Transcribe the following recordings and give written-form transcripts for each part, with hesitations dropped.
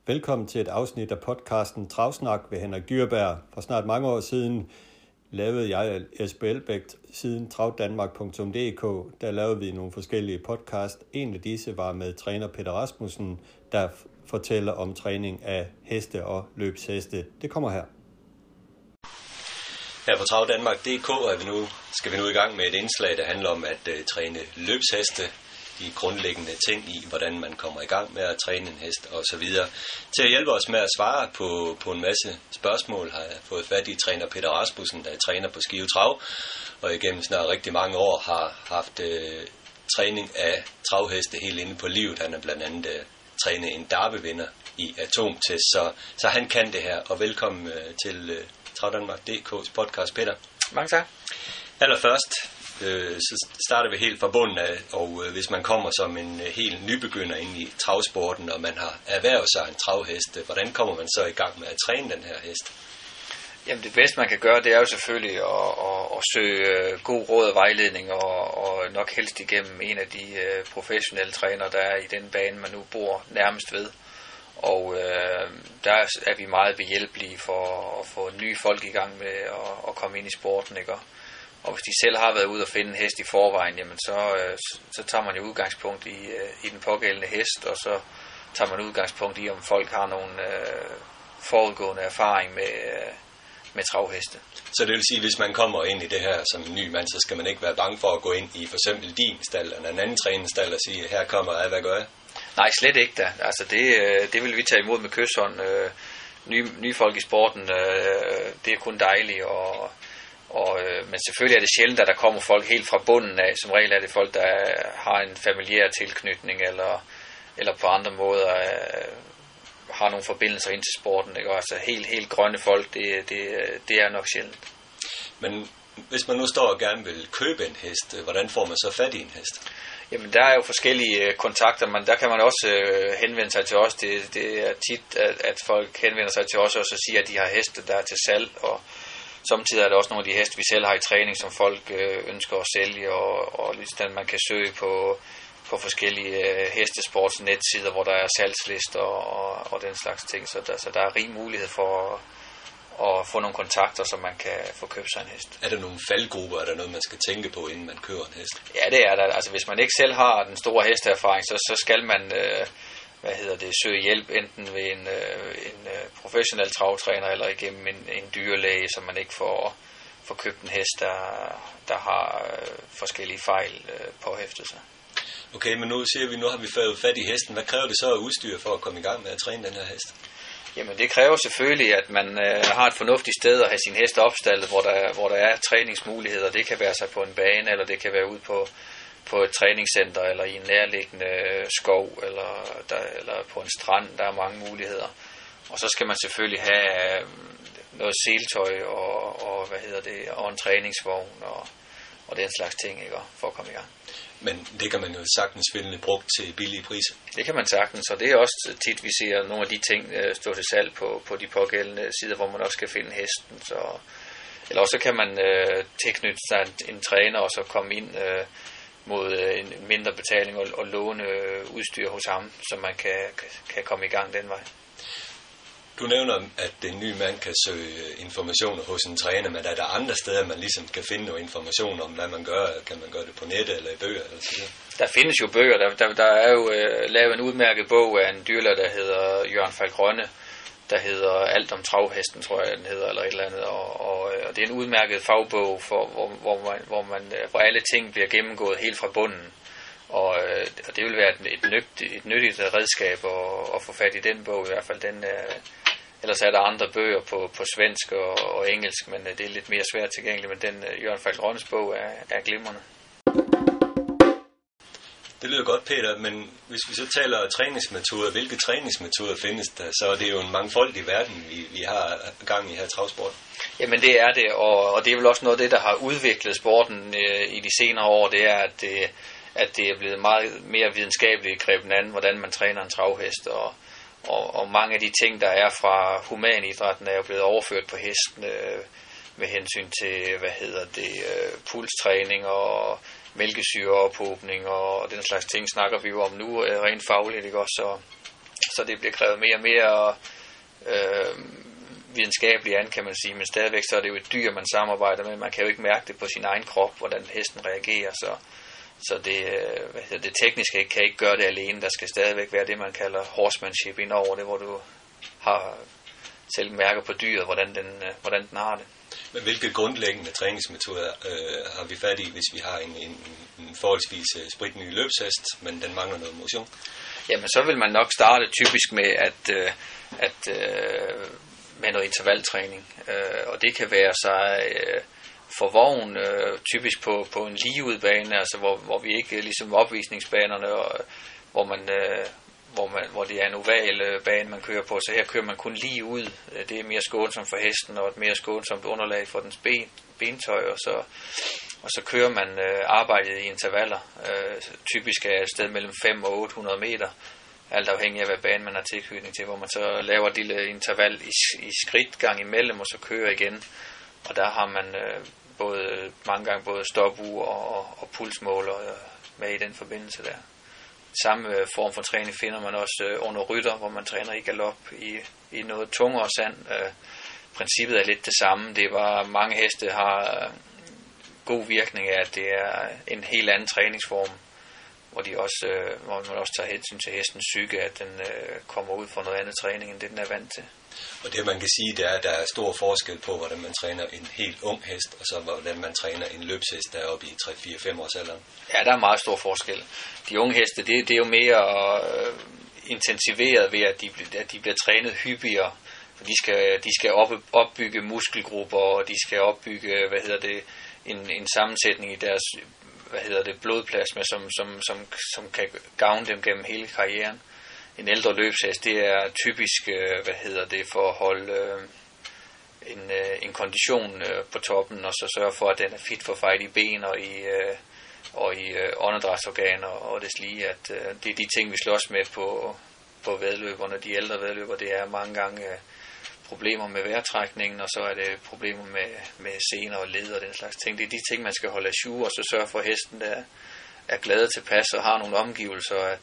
Velkommen til et afsnit af podcasten Travsnak ved Henrik Dyrberg. For snart mange år siden lavede jeg Esben Elbæk siden travdanmark.dk. Der lavede vi nogle forskellige podcast. En af disse var med træner Peter Rasmussen, der fortæller om træning af heste og løbsheste. Det kommer her. Her på travdanmark.dk skal vi nu i gang med et indslag, der handler om at træne løbsheste. De grundlæggende ting i, hvordan man kommer i gang med at træne en hest osv. Til at hjælpe os med at svare på en masse spørgsmål, har jeg fået fat i træner Peter Rasmussen, der er træner på Skive Trav, og igennem snart rigtig mange år har haft træning af travheste helt inde på livet. Han er blandt andet trænet en derbyvinder i atomtest, så han kan det her. Og velkommen til travdanmark.dk's podcast, Peter. Mange tak. Allerførst, så starter vi helt fra bunden af, og hvis man kommer som en helt nybegynder ind i travsporten, og man har erhvervet sig en travhest, hvordan kommer man så i gang med at træne den her hest? Jamen det bedste man kan gøre, det er jo selvfølgelig at søge god råd og vejledning, og nok helst igennem en af de professionelle trænere, der er i den bane, man nu bor nærmest ved. Og der er vi meget behjælpelige for at få nye folk i gang med at komme ind i sporten, ikke? Og hvis de selv har været ude og finde en hest i forvejen, jamen så tager man jo udgangspunkt i den pågældende hest, og så tager man udgangspunkt i, om folk har nogle forudgående erfaring med travheste. Så det vil sige, at hvis man kommer ind i det her som en ny mand, så skal man ikke være bange for at gå ind i for eksempel din stald eller en anden træningsstald og sige, her kommer jeg, hvad gør jeg? Nej, slet ikke da. Altså det vil vi tage imod med kysshånd. Nye folk i sporten, det er kun dejligt, men selvfølgelig er det sjældent, at der kommer folk helt fra bunden af. Som regel er det folk, der har en familiær tilknytning, eller på andre måder har nogle forbindelser ind til sporten. Ikke? Altså helt grønne folk, det er nok sjældent. Men hvis man nu står og gerne vil købe en hest, hvordan får man så fat i en hest? Jamen der er jo forskellige kontakter, men der kan man også henvende sig til os. Det er tit, at folk henvender sig til os og så siger, at de har heste, der er til salg, og samtidig er der også nogle af de heste, vi selv har i træning, som folk ønsker at sælge, og ligesom man kan søge på forskellige hestesportsnetsider, hvor der er salgslister og den slags ting. Så der er rig mulighed for at få nogle kontakter, så man kan få købt sig en hest. Er der nogle faldgrupper, er der noget, man skal tænke på, inden man køber en hest? Ja, det er der. Altså hvis man ikke selv har den store hesteerfaring, så skal man søge hjælp enten ved en professionel travtræner eller igennem en dyrlæge, så man ikke får købt en hest, der har forskellige fejl påhæftet sig. Okay, men nu har vi fået fat i hesten. Hvad kræver det så af udstyr for at komme i gang med at træne den her hest? Jamen det kræver selvfølgelig, at man har et fornuftigt sted at have sin hest opstallet, hvor der er træningsmuligheder. Det kan være sig på en bane, eller det kan være ude på et træningscenter, eller i en nærliggende skov, eller på en strand. Der er mange muligheder. Og så skal man selvfølgelig have noget seletøj og en træningsvogn og den slags ting, ikke, for at komme i gang. Men det kan man jo sagtens finde brugt til billige priser. Det kan man sagtens, og det er også tit, vi ser nogle af de ting stå til salg på de pågældende sider, hvor man også skal finde hesten. Eller også kan man tilknytte sig en træner og så komme ind mod en mindre betaling og låne udstyr hos ham, så man kan komme i gang den vej. Du nævner, at den nye mand kan søge informationer hos en træner, men er der andre steder, man ligesom kan finde noget information om, hvad man gør? Kan man gøre det på nettet eller i bøger? Eller sådan? Der findes jo bøger. Der er jo lavet en udmærket bog af en dyrlæge, der hedder Jørgen Falk Rønne, der hedder Alt om travhesten, tror jeg, den hedder, eller et eller andet. Og det er en udmærket fagbog, hvor alle ting bliver gennemgået helt fra bunden. Og det vil være et nyttigt redskab at få fat i den bog, i hvert fald. Ellers er der andre bøger på svensk og engelsk, men det er lidt mere svært tilgængeligt, men den Jørgen Falk Rønnes bog er glimrende. Det lyder godt, Peter, men hvis vi så taler træningsmetoder, hvilke træningsmetoder findes der? Så er det jo en mangfoldig verden, vi har gang i her travsport. Jamen det er det, og det er vel også noget af det, der har udviklet sporten i de senere år, det er, at det er blevet meget mere videnskabeligt grebet an, hvordan man træner en travhest, og mange af de ting, der er fra humanidrætten, er jo blevet overført på hesten med hensyn til, pulstræning og mælkesyreophobning og den slags ting snakker vi jo om nu rent fagligt, ikke også? så det bliver krævet mere og mere videnskabeligt an, kan man sige, men stadigvæk så er det jo et dyr, man samarbejder med. Man kan jo ikke mærke det på sin egen krop, hvordan hesten reagerer, så det tekniske kan ikke gøre det alene. Der skal stadigvæk være det, man kalder horsemanship indover det, hvor du har selv mærker på dyret, hvordan den har det. Men hvilke grundlæggende træningsmetoder har vi fat i, hvis vi har en forholdsvis spritny løbshest, men den mangler noget motion? Jamen, så vil man nok starte typisk med med noget intervaltræning, og det kan være sig for vogn, typisk på en ligeudbane, altså hvor vi ikke ligesom opvisningsbanerne, hvor det er en oval bane, man kører på, så her kører man kun lige ud. Det er mere skånsomt for hesten og et mere skånsomt underlag for dens bentøj, og så kører man arbejdet i intervaller. Typisk er et sted mellem 5 og 800 meter, alt afhængig af hvad bane man har tilknytning til, hvor man så laver et lille interval i skridtgang imellem, og så kører igen. Og der har man mange gange både stopur og pulsmåler med i den forbindelse der. Samme form for træning finder man også under rytter, hvor man træner i galop i noget tungere sand. Princippet er lidt det samme. Det er bare, mange heste har god virkning af, at det er en helt anden træningsform, hvor man også tager hensyn til hestens psyke, at den kommer ud for noget andet træning, end det den er vant til. Og det man kan sige, det er, at der er stor forskel på, hvordan man træner en helt ung hest, og så hvordan man træner en løbshest, der er oppe i 3-4-5 års alderen. Ja, der er meget stor forskel. De unge heste, det er jo mere intensiveret ved, at de bliver trænet hyppigere. For de skal opbygge muskelgrupper, og de skal opbygge, en sammensætning i deres, blodplasma, som kan gavne dem gennem hele karrieren. En ældre løbshest, det er typisk, for at holde en kondition på toppen, og så sørge for, at den er fit for fight i ben og i åndedrætsorganer og deslige, at det er de ting, vi slås med på væddeløberne. De ældre væddeløbere, det er mange gange problemer med vejrtrækningen, og så er det problemer med sener og led og den slags ting. Det er de ting, man skal holde ajour, og så sørge for, at hesten er glad tilpas og har nogle omgivelser,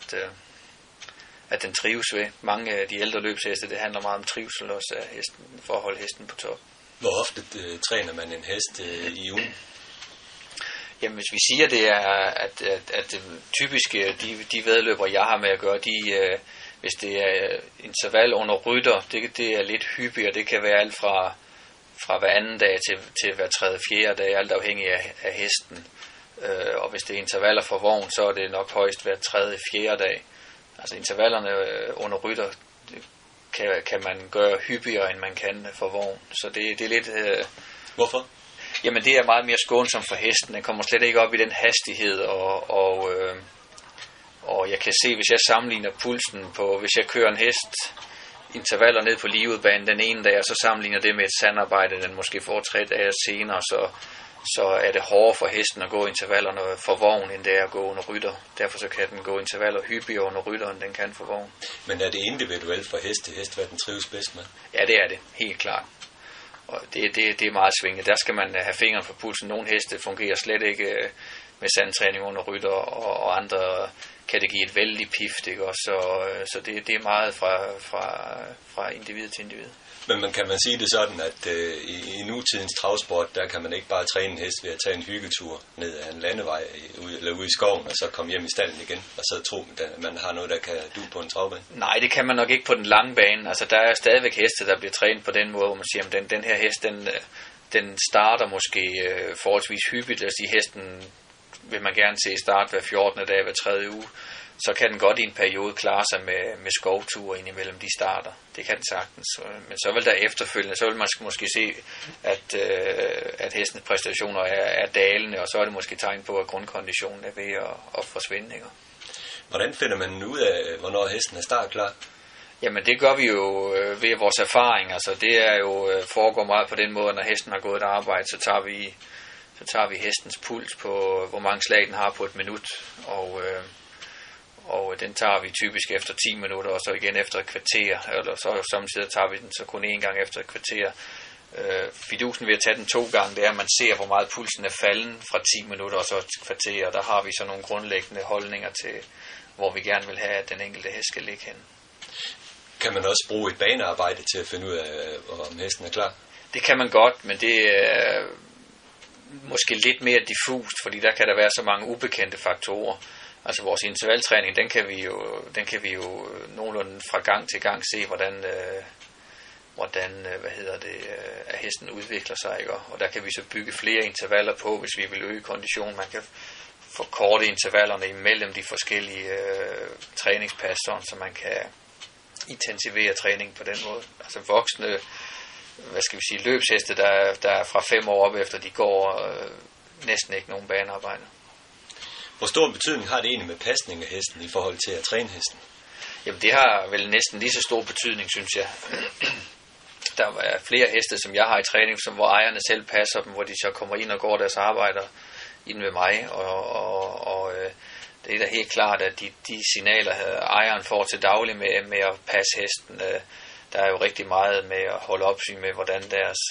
at den trives ved. Mange af de ældre løbsheste, det handler meget om trivsel også af hesten, for at holde hesten på top. Hvor ofte træner man en hest i ugen? Jamen, hvis vi siger det er, at typisk de væddeløbere, jeg har med at gøre, hvis det er interval under rytter, det er lidt hyppigere. Det kan være alt fra hver anden dag til hver tredje, fjerde dag, alt afhængig af hesten. Og hvis det er intervaller for vogn, så er det nok højst hver tredje, fjerde dag. Altså intervallerne under rytter kan man gøre hyppigere, end man kan for vogn. Så det er lidt... Hvorfor? Jamen det er meget mere skånsomt for hesten. Den kommer slet ikke op i den hastighed, og jeg kan se, hvis jeg sammenligner pulsen hvis jeg kører en hest intervaller ned på ligeudbanen den ene dag, og så sammenligner det med et sandarbejde, den måske får 3 dage senere, så er det hårdere for hesten at gå intervallerne for vogn, end det er at gå under rytter. Derfor så kan den gå intervaller hyppigere under rytter, end den kan for vogn. Men er det individuelt fra hest til hest, hvad den trives bedst med? Ja, det er det. Helt klart. Og det er meget svingende. Der skal man have fingeren for pulsen. Nogle heste fungerer slet ikke med sandtræning under rytter, og andre kan det give et vældig pift, ikke? Og så det er meget fra individ til individ. Men kan man sige det sådan, at i nutidens travsport, der kan man ikke bare træne en hest ved at tage en hyggetur ned ad en landevej eller ude i skoven, og så komme hjem i stallen igen, og så tro, at man har noget, der kan du på en travbane? Nej, det kan man nok ikke på den lange bane. Altså, der er stadigvæk heste, der bliver trænet på den måde, hvor man siger, at den her hest, den starter måske forholdsvis hyppigt. Altså, hesten vil man gerne se starte hver 14. dag, hver 3. uge. Så kan den godt i en periode klare sig med skovture indimellem de starter. Det kan den sagtens. Men så vil der efterfølgende, så vil man måske se, at hestens præstationer er dalende, og så er det måske tegn på, at grundkonditionen er ved at forsvinde. Ikke? Hvordan finder man ud af, hvornår hesten er startklar? Jamen det gør vi jo ved vores erfaring. Altså det er jo foregår meget på den måde, når hesten har gået et arbejde, så tager vi hestens puls på, hvor mange slag den har på et minut, og den tager vi typisk efter 10 minutter, og så igen efter et kvarter, eller så samtidig tager vi den så kun 1 gang efter et kvarter. Fidusen ved at tage den 2 gange, det er, at man ser, hvor meget pulsen er falden fra 10 minutter og så et kvarter, og der har vi så nogle grundlæggende holdninger til, hvor vi gerne vil have, at den enkelte hest skal ligge hen. Kan man også bruge et banearbejde til at finde ud af, om hesten er klar? Det kan man godt, men det er måske lidt mere diffust, fordi der kan der være så mange ubekendte faktorer. Altså vores intervaltræning, den kan vi jo nogenlunde fra gang til gang se, hvordan at hesten udvikler sig, ikke? Og der kan vi så bygge flere intervaller på, hvis vi vil øge kondition. Man kan forkorte intervallerne imellem de forskellige træningspas, så man kan intensivere træning på den måde. Altså voksne, løbsheste, der er fra 5 år op efter, de går næsten ikke nogen banearbejde. Hvor stor betydning har det egentlig med pasning af hesten i forhold til at træne hesten? Jamen det har vel næsten lige så stor betydning, synes jeg. Der er flere heste, som jeg har i træning, hvor ejerne selv passer dem, hvor de så kommer ind og går deres arbejder ind ved mig, og det er da helt klart, at de signaler, ejeren får til daglig med at passe hesten, der er jo rigtig meget med at holde opsyn med, hvordan deres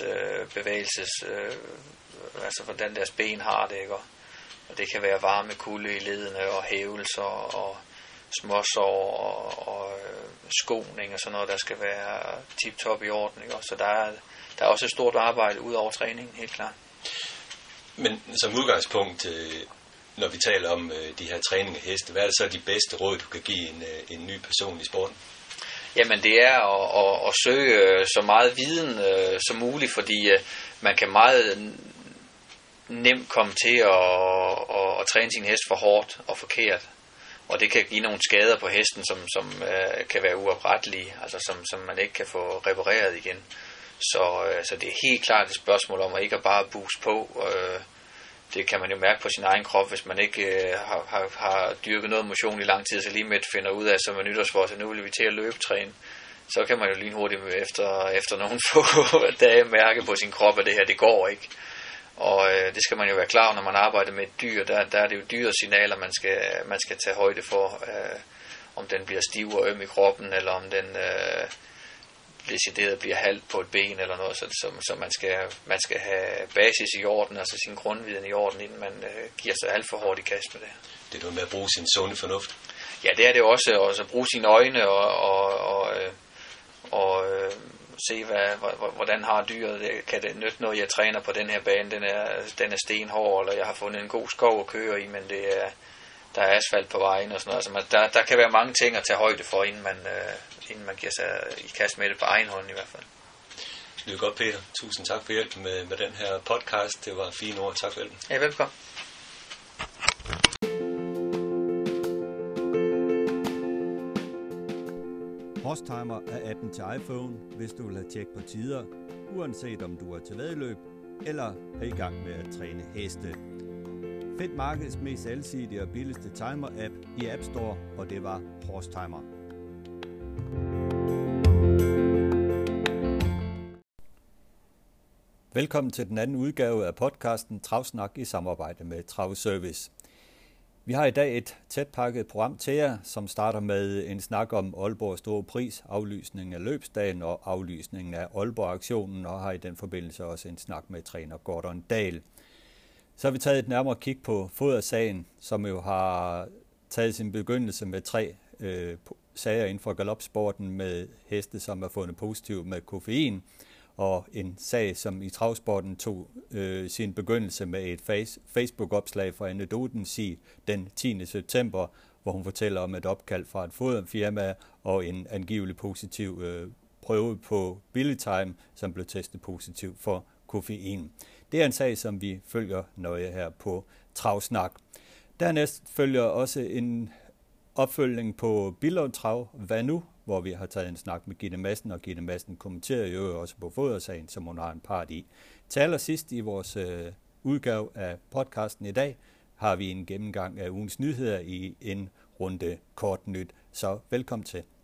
hvordan deres ben har det, ikke? Og det kan være varme, kulde i ledene og hævelser og småsår og skoning og sådan noget, der skal være tip-top i orden, ikke? Så der er også et stort arbejde ud over træningen, helt klart. Men som udgangspunkt, når vi taler om de her træning af heste, hvad er det så de bedste råd, du kan give en ny person i sporten? Jamen det er at søge så meget viden som muligt, fordi man kan meget nemt komme til at træne sin hest for hårdt og forkert. Og det kan give nogle skader på hesten, som kan være uoprettelige, altså som man ikke kan få repareret igen. Så det er helt klart et spørgsmål om at ikke bare booste på. Det kan man jo mærke på sin egen krop, hvis man ikke har dyrket noget motion i lang tid, så lige med finder ud af, som er nytårsforsæt, så nu vil vi til at løbetræne. Så kan man jo lige hurtigt efter nogle få dage mærke på sin krop, at det her, det går ikke. Og det skal man jo være klar, når man arbejder med et dyr. Der er det jo dyresignaler, man skal tage højde for, om den bliver stiv og øm i kroppen, eller om den decideret bliver halvt på et ben eller noget, så man skal have basis i orden, altså sin grundviden i orden, inden man giver sig alt for hårdt i kast med det. Det er noget med at bruge sin sunde fornuft. Ja, det er det også at bruge sine øjne og se, hvordan har dyret. Kan det nytte noget, jeg træner på den her bane, den er stenhård, eller jeg har fundet en god skov at køre i, men der er asfalt på vejen og sådan noget. Altså, der kan være mange ting at tage højde for, inden man giver sig i kast med det på egen hånd i hvert fald. Det er godt, Peter. Tusind tak for hjælpen med den her podcast. Det var fine ord. Tak for hjælpen. Ja, velkommen. Horsetimer er appen til iPhone, hvis du vil have tjek på tider, uanset om du er til væddeløb eller er i gang med at træne heste. Find markedets mest alsidige og billigste timer-app i App Store, og det var Horsetimer. Velkommen til den anden udgave af podcasten Travsnak i samarbejde med Travservice. Vi har i dag et tætpakket program til jer, som starter med en snak om Aalborg Store Pris, aflysningen af løbsdagen og aflysningen af Aalborg-aktionen, og har i den forbindelse også en snak med træner Gordon Dahl. Så har vi taget et nærmere kig på fodersagen, som jo har taget sin begyndelse med 3 sager inden for galopsporten med heste, som er fundet positiv med koffein, og en sag, som i travsporten tog sin begyndelse med et Facebook-opslag fra Anne Dodensi den 10. september, hvor hun fortæller om et opkald fra et foderfirma og en angivelig positiv prøve på Billytime, som blev testet positiv for koffein. Det er en sag, som vi følger nøje her på Travsnak. Dernæst følger også en opfølgning på Billund Trav, Hvad nu?, hvor vi har taget en snak med Gitte Madsen, og Gitte Madsen kommenterer jo også på fodersagen, som hun har en part i. Til allersidst i vores udgave af podcasten i dag, har vi en gennemgang af ugens nyheder i en runde kort nyt. Så velkommen til.